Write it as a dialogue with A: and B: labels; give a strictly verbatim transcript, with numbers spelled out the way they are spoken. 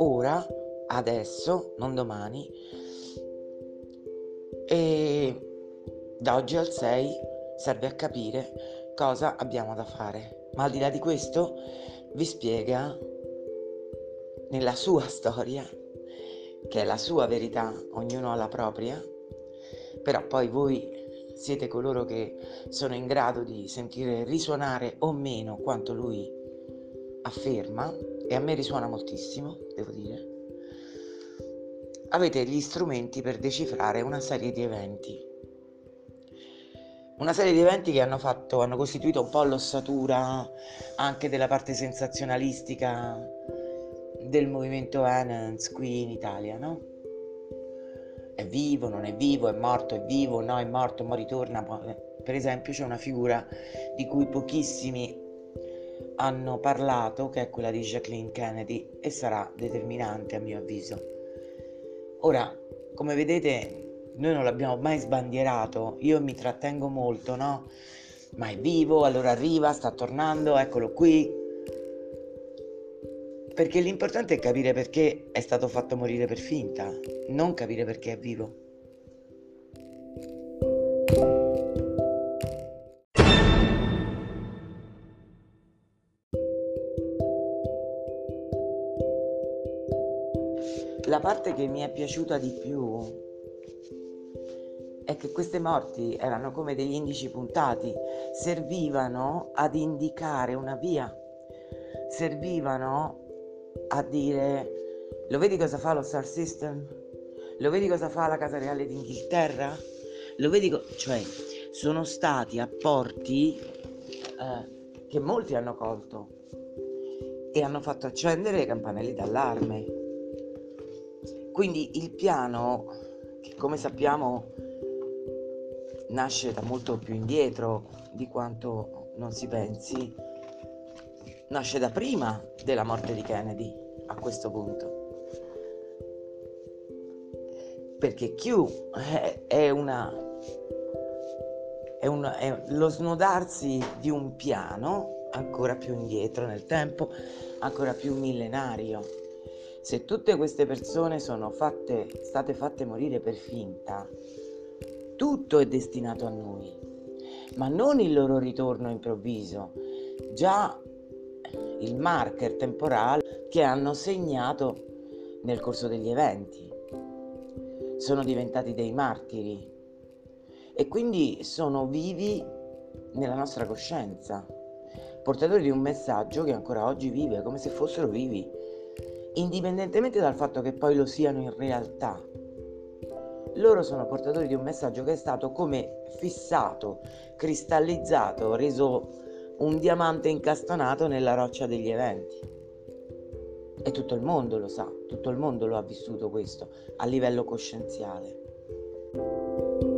A: ora, adesso, non domani, e da oggi al sei serve a capire cosa abbiamo da fare. Ma al di là di questo vi spiega nella sua storia, che è la sua verità, ognuno ha la propria, però poi voi siete coloro che sono in grado di sentire risuonare o meno quanto lui afferma, e a me risuona moltissimo, devo dire. Avete gli strumenti per decifrare una serie di eventi. Una serie di eventi che hanno fatto, hanno costituito un po' l'ossatura anche della parte sensazionalistica del movimento Enance qui in Italia, no? È vivo, non è vivo, è morto, è vivo, no, è morto, ma ritorna. Per esempio c'è una figura di cui pochissimi hanno parlato, che è quella di Jacqueline Kennedy, e sarà determinante a mio avviso. Ora, come vedete, noi non l'abbiamo mai sbandierato, io mi trattengo molto, no? Ma è vivo, allora arriva, sta tornando, eccolo qui. Perché l'importante è capire perché è stato fatto morire per finta, non capire perché è vivo. La parte che mi è piaciuta di più è che queste morti erano come degli indici puntati, servivano ad indicare una via, servivano a dire: lo vedi cosa fa lo Star System? Lo vedi cosa fa la Casa Reale d'Inghilterra? Lo vedi co-? Cioè, sono stati apporti eh, che molti hanno colto e hanno fatto accendere le campanelle d'allarme. Quindi il piano, che come sappiamo nasce da molto più indietro di quanto non si pensi, nasce da prima della morte di Kennedy a questo punto. Perché Q è, è una è, un, è lo snodarsi di un piano ancora più indietro nel tempo, ancora più millenario. Se tutte queste persone sono fatte, state fatte morire per finta, tutto è destinato a noi, ma non il loro ritorno improvviso, già il marker temporale che hanno segnato nel corso degli eventi. Sono diventati dei martiri e quindi sono vivi nella nostra coscienza, portatori di un messaggio che ancora oggi vive come se fossero vivi, indipendentemente dal fatto che poi lo siano in realtà. Loro sono portatori di un messaggio che è stato come fissato, cristallizzato, reso un diamante incastonato nella roccia degli eventi. E tutto il mondo lo sa, tutto il mondo lo ha vissuto questo a livello coscienziale.